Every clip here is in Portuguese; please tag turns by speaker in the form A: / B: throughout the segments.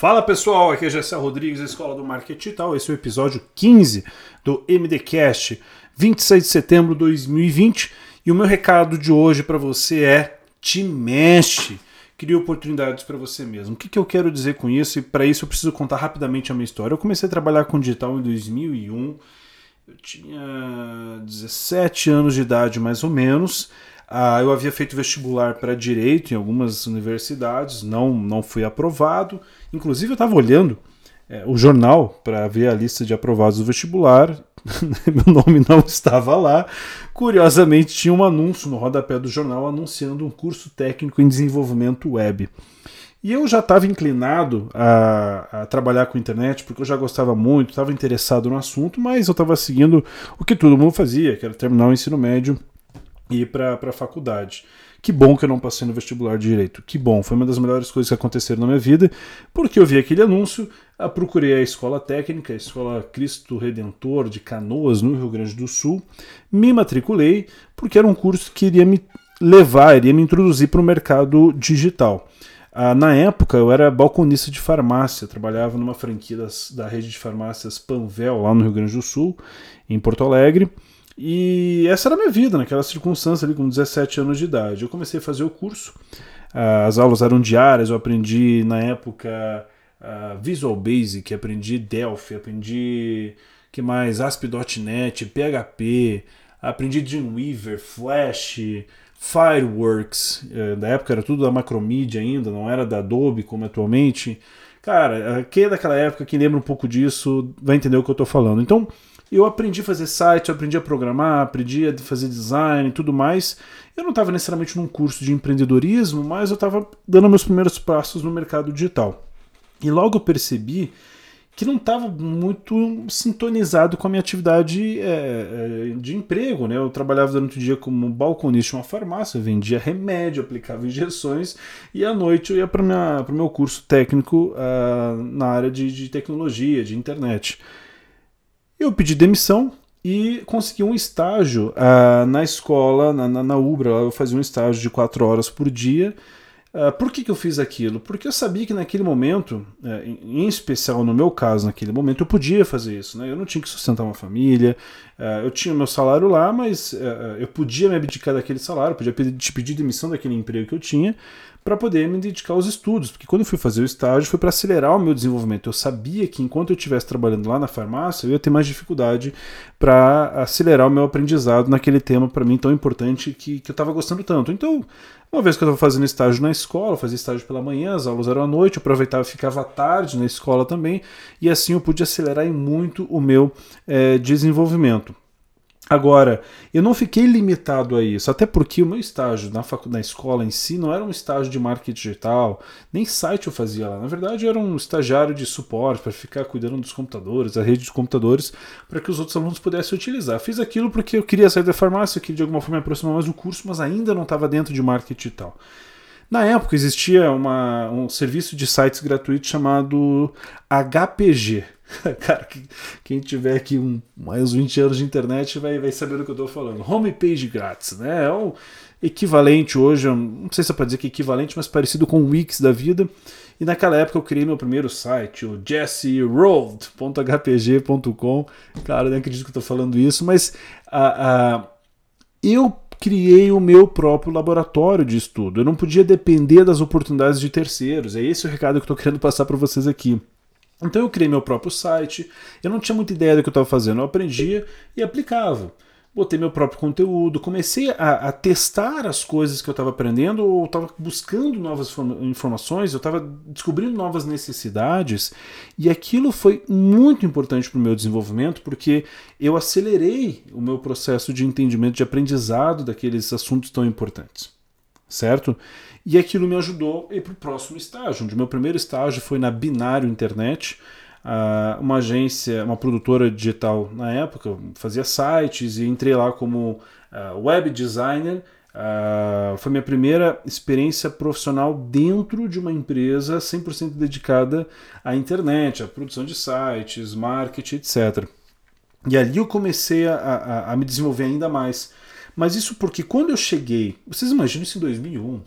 A: Fala pessoal, aqui é Gessé Rodrigues, da Escola do Marketing Digital. Esse é o episódio 15 do MDcast, 26 de setembro de 2020. E o meu recado de hoje para você é: te mexe, cria oportunidades para você mesmo. O que eu quero dizer com isso? E para isso eu preciso contar rapidamente a minha história. Eu comecei a trabalhar com digital em 2001, eu tinha 17 anos de idade mais ou menos. Eu havia feito vestibular para Direito em algumas universidades, não fui aprovado. Inclusive eu estava olhando o jornal para ver a lista de aprovados do vestibular, meu nome não estava lá. Curiosamente tinha um anúncio no rodapé do jornal anunciando um curso técnico em desenvolvimento web. E eu já estava inclinado a trabalhar com internet, porque eu já gostava muito, estava interessado no assunto, mas eu estava seguindo o que todo mundo fazia, que era terminar o ensino médio e ir para a faculdade. Que bom que eu não passei no vestibular de Direito. Que bom, foi uma das melhores coisas que aconteceram na minha vida, porque eu vi aquele anúncio, procurei a escola técnica, a Escola Cristo Redentor de Canoas, no Rio Grande do Sul, me matriculei, porque era um curso que iria me levar, iria me introduzir para o mercado digital. Na época eu era balconista de farmácia, trabalhava numa franquia da rede de farmácias Panvel, lá no Rio Grande do Sul, em Porto Alegre. E essa era a minha vida, naquela circunstância ali com 17 anos de idade. Eu comecei a fazer o curso, as aulas eram diárias, eu aprendi na época Visual Basic, aprendi Delphi, aprendi que mais? ASP.NET, PHP, aprendi Dreamweaver, Flash, Fireworks, da época era tudo da Macromedia ainda, não era da Adobe como atualmente. Cara, quem é daquela época, quem lembra um pouco disso, vai entender o que eu estou falando. Então, eu aprendi a fazer site, eu aprendi a programar, aprendi a fazer design e tudo mais. Eu não estava necessariamente num curso de empreendedorismo, mas eu estava dando meus primeiros passos no mercado digital. E logo eu percebi que não estava muito sintonizado com a minha atividade de emprego, né? Eu trabalhava durante o dia como balconista em uma farmácia, eu vendia remédio, aplicava injeções, e à noite eu ia para o meu curso técnico na área de tecnologia, de internet. Eu pedi demissão e consegui um estágio na escola, na Ubra. Eu fazia um estágio de 4 horas por dia. Por que eu fiz aquilo? Porque eu sabia que naquele momento, em especial no meu caso, naquele momento, eu podia fazer isso. Né? Eu não tinha que sustentar uma família, eu tinha o meu salário lá, mas eu podia me abdicar daquele salário, podia pedir demissão daquele emprego que eu tinha, para poder me dedicar aos estudos, porque quando eu fui fazer o estágio foi para acelerar o meu desenvolvimento. Eu sabia que enquanto eu estivesse trabalhando lá na farmácia, eu ia ter mais dificuldade para acelerar o meu aprendizado naquele tema para mim tão importante que eu estava gostando tanto. Então, uma vez que eu estava fazendo estágio na escola, eu fazia estágio pela manhã, as aulas eram à noite, eu aproveitava e ficava à tarde na escola também, e assim eu pude acelerar em muito o meu desenvolvimento. Agora, eu não fiquei limitado a isso, até porque o meu estágio na escola em si não era um estágio de marketing digital, nem site eu fazia lá. Na verdade, eu era um estagiário de suporte para ficar cuidando dos computadores, da rede de computadores, para que os outros alunos pudessem utilizar. Fiz aquilo porque eu queria sair da farmácia, eu queria de alguma forma me aproximar mais do curso, mas ainda não estava dentro de marketing digital. Na época existia um serviço de sites gratuito chamado HPG. Cara, quem tiver aqui mais 20 anos de internet vai saber do que eu estou falando. Homepage grátis, né? É o equivalente hoje, não sei se é para dizer que é equivalente, mas parecido com o Wix da vida. E naquela época eu criei meu primeiro site, o jesserold.hpg.com. Cara, eu nem acredito que eu estou falando isso, mas eu criei o meu próprio laboratório de estudo. Eu não podia depender das oportunidades de terceiros. É esse o recado que eu estou querendo passar para vocês aqui. Então eu criei meu próprio site, eu não tinha muita ideia do que eu estava fazendo, eu aprendia e aplicava. Botei meu próprio conteúdo, comecei a testar as coisas que eu estava aprendendo, ou estava buscando novas informações, eu estava descobrindo novas necessidades, e aquilo foi muito importante para o meu desenvolvimento, porque eu acelerei o meu processo de entendimento, de aprendizado daqueles assuntos tão importantes. Certo? E aquilo me ajudou a ir para o próximo estágio, onde o meu primeiro estágio foi na Binário Internet, uma agência, uma produtora digital na época, fazia sites e entrei lá como web designer. Foi minha primeira experiência profissional dentro de uma empresa 100% dedicada à internet, à produção de sites, marketing, etc. E ali eu comecei a me desenvolver ainda mais. Mas isso porque quando eu cheguei, vocês imaginam isso em 2001,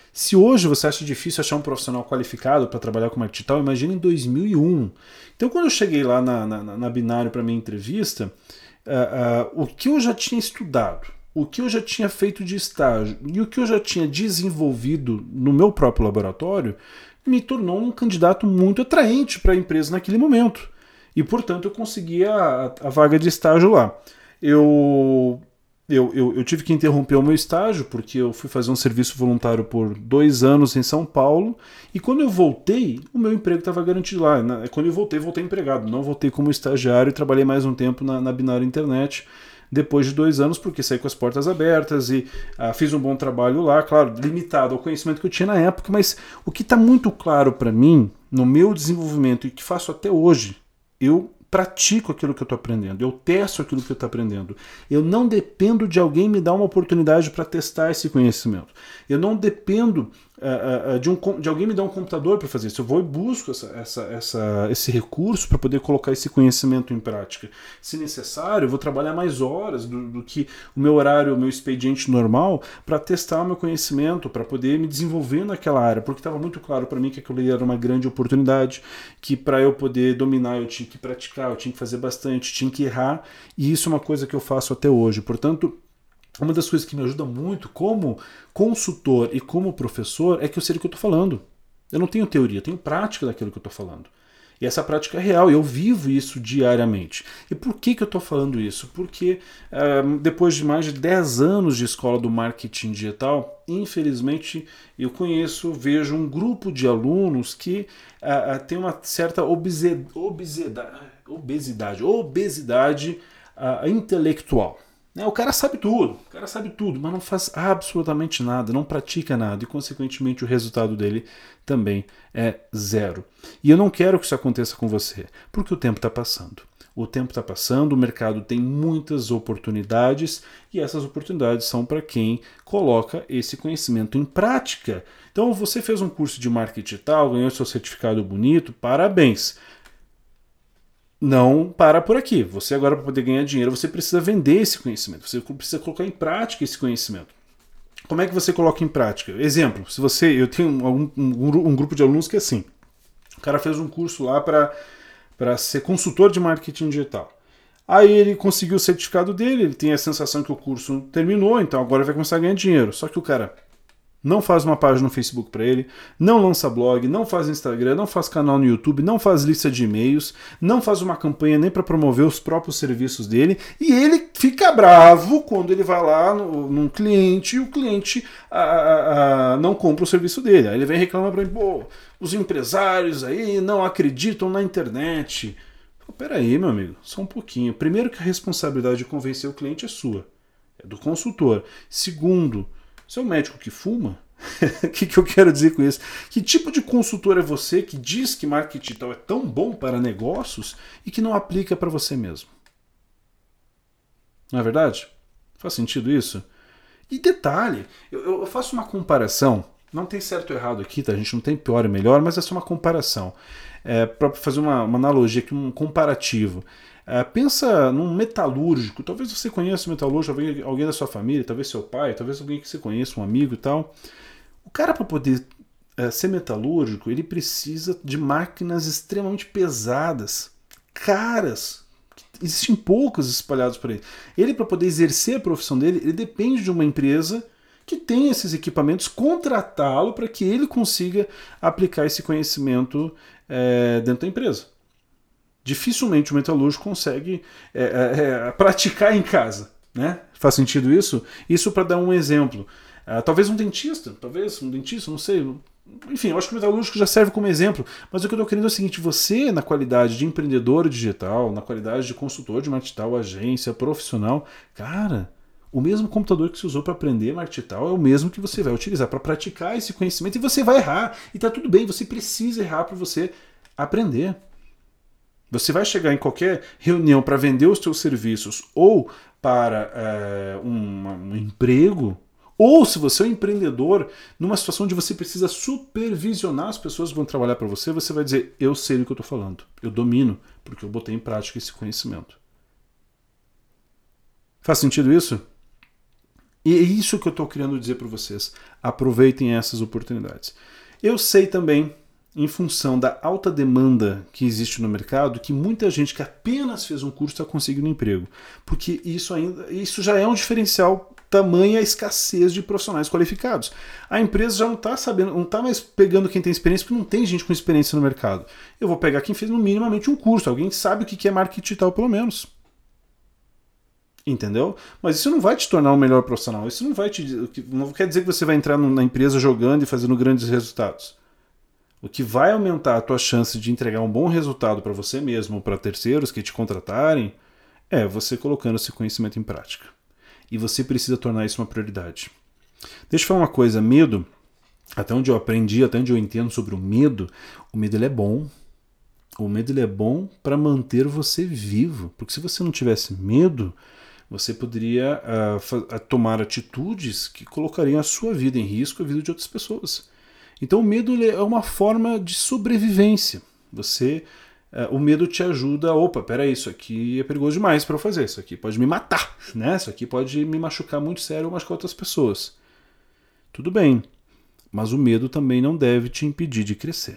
A: Se hoje você acha difícil achar um profissional qualificado para trabalhar com marketing digital, imagina em 2001. Então, quando eu cheguei lá na Binário para minha entrevista, o que eu já tinha estudado, o que eu já tinha feito de estágio e o que eu já tinha desenvolvido no meu próprio laboratório me tornou um candidato muito atraente para a empresa naquele momento. E, portanto, eu consegui a vaga de estágio lá. Eu tive que interromper o meu estágio porque eu fui fazer um serviço voluntário por 2 anos em São Paulo e quando eu voltei, o meu emprego estava garantido lá. Quando eu voltei empregado, não voltei como estagiário e trabalhei mais um tempo na Binário Internet depois de 2 anos porque saí com as portas abertas e fiz um bom trabalho lá, claro, limitado ao conhecimento que eu tinha na época, mas o que está muito claro para mim no meu desenvolvimento e que faço até hoje, eu pratico aquilo que eu estou aprendendo, eu testo aquilo que eu estou aprendendo. Eu não dependo de alguém me dar uma oportunidade para testar esse conhecimento. Eu não dependo de alguém me dar um computador para fazer isso. Eu vou e busco esse recurso para poder colocar esse conhecimento em prática. Se necessário, eu vou trabalhar mais horas do que o meu horário, o meu expediente normal para testar o meu conhecimento, para poder me desenvolver naquela área, porque estava muito claro para mim que aquilo era uma grande oportunidade, que para eu poder dominar eu tinha que praticar, eu tinha que fazer bastante, tinha que errar, e isso é uma coisa que eu faço até hoje. Portanto, uma das coisas que me ajuda muito como consultor e como professor é que eu sei do que eu estou falando. Eu não tenho teoria, eu tenho prática daquilo que eu estou falando. E essa prática é real, eu vivo isso diariamente. E por que eu estou falando isso? Porque depois de mais de 10 anos de escola do marketing digital, infelizmente eu vejo um grupo de alunos que tem uma certa obesidade intelectual. O cara sabe tudo, mas não faz absolutamente nada, não pratica nada e, consequentemente, o resultado dele também é zero. E eu não quero que isso aconteça com você, porque o tempo está passando. O tempo está passando, o mercado tem muitas oportunidades e essas oportunidades são para quem coloca esse conhecimento em prática. Então, você fez um curso de marketing digital, ganhou seu certificado bonito, parabéns. Não para por aqui. Você agora, para poder ganhar dinheiro, você precisa vender esse conhecimento. Você precisa colocar em prática esse conhecimento. Como é que você coloca em prática? Exemplo, eu tenho um grupo de alunos que é assim. O cara fez um curso lá para ser consultor de marketing digital. Aí ele conseguiu o certificado dele, ele tem a sensação que o curso terminou, então agora vai começar a ganhar dinheiro. Só que o cara não faz uma página no Facebook para ele, não lança blog, não faz Instagram, não faz canal no YouTube, não faz lista de e-mails, não faz uma campanha nem para promover os próprios serviços dele, e ele fica bravo quando ele vai lá num cliente e o cliente não compra o serviço dele. Aí ele vem reclamar para mim, os empresários aí não acreditam na internet. Peraí, meu amigo, só um pouquinho. Primeiro que a responsabilidade de convencer o cliente é sua, é do consultor. Segundo, você é um médico que fuma? O que eu quero dizer com isso? Que tipo de consultor é você que diz que marketing digital é tão bom para negócios e que não aplica para você mesmo? Não é verdade? Faz sentido isso? E detalhe, eu faço uma comparação, não tem certo ou errado aqui, tá? A gente não tem pior e melhor, mas é só uma comparação. Para fazer uma analogia aqui, um comparativo. Pensa num metalúrgico, talvez você conheça um metalúrgico, alguém da sua família, talvez seu pai, talvez alguém que você conheça, um amigo e tal. O cara, para poder ser metalúrgico, ele precisa de máquinas extremamente pesadas, caras, existem poucas espalhadas por aí. Ele, para poder exercer a profissão dele, ele depende de uma empresa que tem esses equipamentos, contratá-lo para que ele consiga aplicar esse conhecimento dentro da empresa. Dificilmente o metalúrgico consegue praticar em casa, né? Faz sentido isso? Isso para dar um exemplo. Talvez um dentista, não sei. Enfim, eu acho que o metalúrgico já serve como exemplo, mas o que eu estou querendo é o seguinte: você, na qualidade de empreendedor digital, na qualidade de consultor de marketing digital, agência, profissional, cara, o mesmo computador que você usou para aprender marketing digital é o mesmo que você vai utilizar para praticar esse conhecimento, e você vai errar, e tá tudo bem, você precisa errar para você aprender. Você vai chegar em qualquer reunião para vender os seus serviços ou para um emprego, ou se você é um empreendedor, numa situação onde você precisa supervisionar as pessoas que vão trabalhar para você, você vai dizer: eu sei do que eu estou falando, eu domino, porque eu botei em prática esse conhecimento. Faz sentido isso? E é isso que eu estou querendo dizer para vocês. Aproveitem essas oportunidades. Eu sei também, em função da alta demanda que existe no mercado, que muita gente que apenas fez um curso está conseguindo emprego. Porque isso já é um diferencial, tamanha a escassez de profissionais qualificados. A empresa já não está sabendo, não está mais pegando quem tem experiência, porque não tem gente com experiência no mercado. Eu vou pegar quem fez minimamente um curso, alguém que sabe o que é marketing digital, pelo menos. Entendeu? Mas isso não vai te tornar um melhor profissional. Isso não quer dizer que você vai entrar na empresa jogando e fazendo grandes resultados. O que vai aumentar a tua chance de entregar um bom resultado para você mesmo ou para terceiros que te contratarem é você colocando esse conhecimento em prática. E você precisa tornar isso uma prioridade. Deixa eu falar uma coisa, medo, até onde eu aprendi, até onde eu entendo sobre o medo ele é bom. O medo ele é bom para manter você vivo. Porque se você não tivesse medo, você poderia tomar atitudes que colocariam a sua vida em risco, a vida de outras pessoas. Então o medo é uma forma de sobrevivência. O medo te ajuda, peraí, isso aqui é perigoso demais para eu fazer, isso aqui pode me matar, né? Isso aqui pode me machucar muito sério ou machucar outras pessoas. Tudo bem, mas o medo também não deve te impedir de crescer.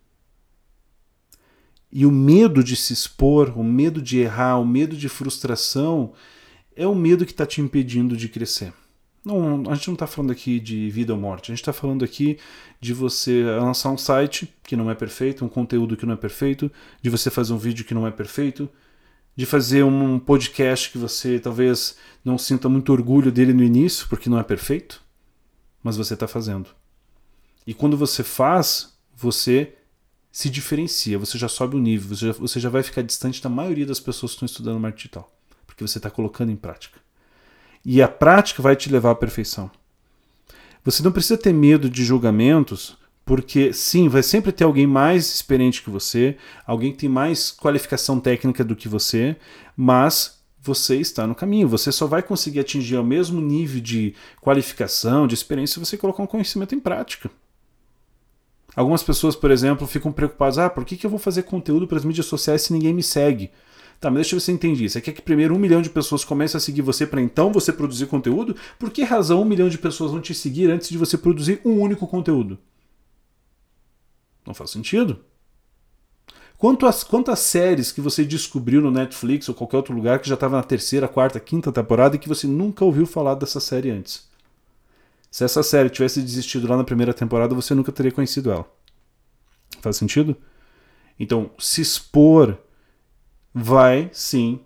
A: E o medo de se expor, o medo de errar, o medo de frustração é o medo que está te impedindo de crescer. Não, a gente não está falando aqui de vida ou morte, a gente está falando aqui de você lançar um site que não é perfeito, um conteúdo que não é perfeito, de você fazer um vídeo que não é perfeito, de fazer um podcast que você talvez não sinta muito orgulho dele no início, porque não é perfeito, mas você está fazendo. E quando você faz, você se diferencia, você já sobe o nível, você já vai ficar distante da maioria das pessoas que estão estudando marketing digital, porque você está colocando em prática. E a prática vai te levar à perfeição. Você não precisa ter medo de julgamentos, porque sim, vai sempre ter alguém mais experiente que você, alguém que tem mais qualificação técnica do que você, mas você está no caminho. Você só vai conseguir atingir o mesmo nível de qualificação, de experiência, se você colocar um conhecimento em prática. Algumas pessoas, por exemplo, ficam preocupadas, por que eu vou fazer conteúdo para as mídias sociais se ninguém me segue? Tá, mas deixa eu ver se eu entendi. Você quer que primeiro 1 milhão de pessoas comecem a seguir você para então você produzir conteúdo? Por que razão 1 milhão de pessoas vão te seguir antes de você produzir um único conteúdo? Não faz sentido. Quantas séries que você descobriu no Netflix ou qualquer outro lugar que já estava na 3ª, 4ª, 5ª temporada e que você nunca ouviu falar dessa série antes? Se essa série tivesse desistido lá na 1ª temporada, você nunca teria conhecido ela. Faz sentido? Então, se expor vai sim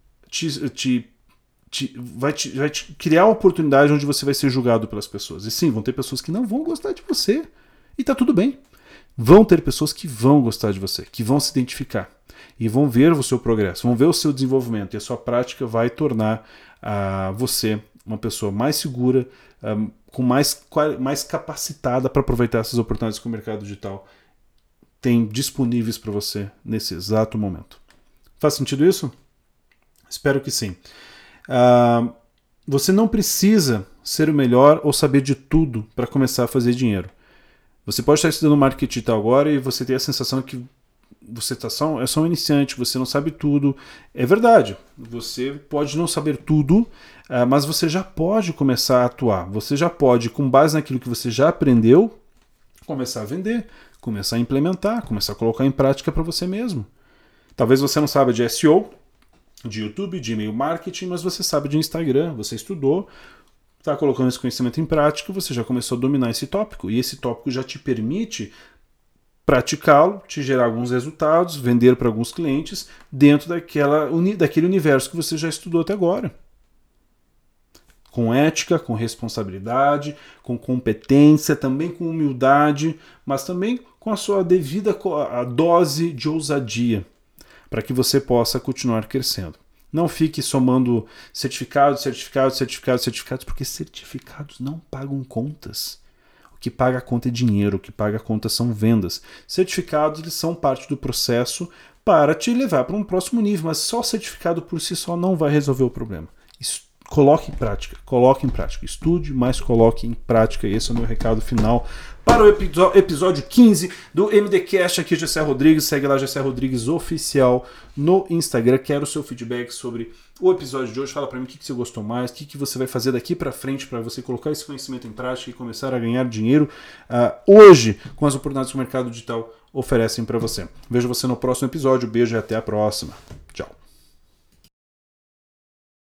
A: vai te criar a oportunidade onde você vai ser julgado pelas pessoas. E sim, vão ter pessoas que não vão gostar de você. E tá tudo bem. Vão ter pessoas que vão gostar de você, que vão se identificar. E vão ver o seu progresso, vão ver o seu desenvolvimento. E a sua prática vai tornar você uma pessoa mais segura, com mais capacitada para aproveitar essas oportunidades que o mercado digital tem disponíveis para você nesse exato momento. Faz sentido isso? Espero que sim. Você não precisa ser o melhor ou saber de tudo para começar a fazer dinheiro. Você pode estar estudando marketing digital agora e você ter a sensação que você é só um iniciante, você não sabe tudo. É verdade, você pode não saber tudo, mas você já pode começar a atuar. Você já pode, com base naquilo que você já aprendeu, começar a vender, começar a implementar, começar a colocar em prática para você mesmo. Talvez você não saiba de SEO, de YouTube, de e-mail marketing, mas você sabe de Instagram, você estudou, está colocando esse conhecimento em prática, você já começou a dominar esse tópico, e esse tópico já te permite praticá-lo, te gerar alguns resultados, vender para alguns clientes dentro daquele universo que você já estudou até agora. Com ética, com responsabilidade, com competência, também com humildade, mas também com a sua devida dose de ousadia, para que você possa continuar crescendo. Não fique somando certificados, porque certificados não pagam contas. O que paga a conta é dinheiro, o que paga a conta são vendas. Certificados eles são parte do processo para te levar para um próximo nível, mas só certificado por si só não vai resolver o problema. Coloque em prática, estude, mas coloque em prática. Esse é o meu recado final para o episódio 15 do MDCast. Aqui Gessé Rodrigues, segue lá Gessé Rodrigues Oficial no Instagram. Quero o seu feedback sobre o episódio de hoje. Fala para mim o que você gostou mais, o que você vai fazer daqui para frente para você colocar esse conhecimento em prática e começar a ganhar dinheiro hoje com as oportunidades que o mercado digital oferecem para você. Vejo você no próximo episódio. Beijo e até a próxima.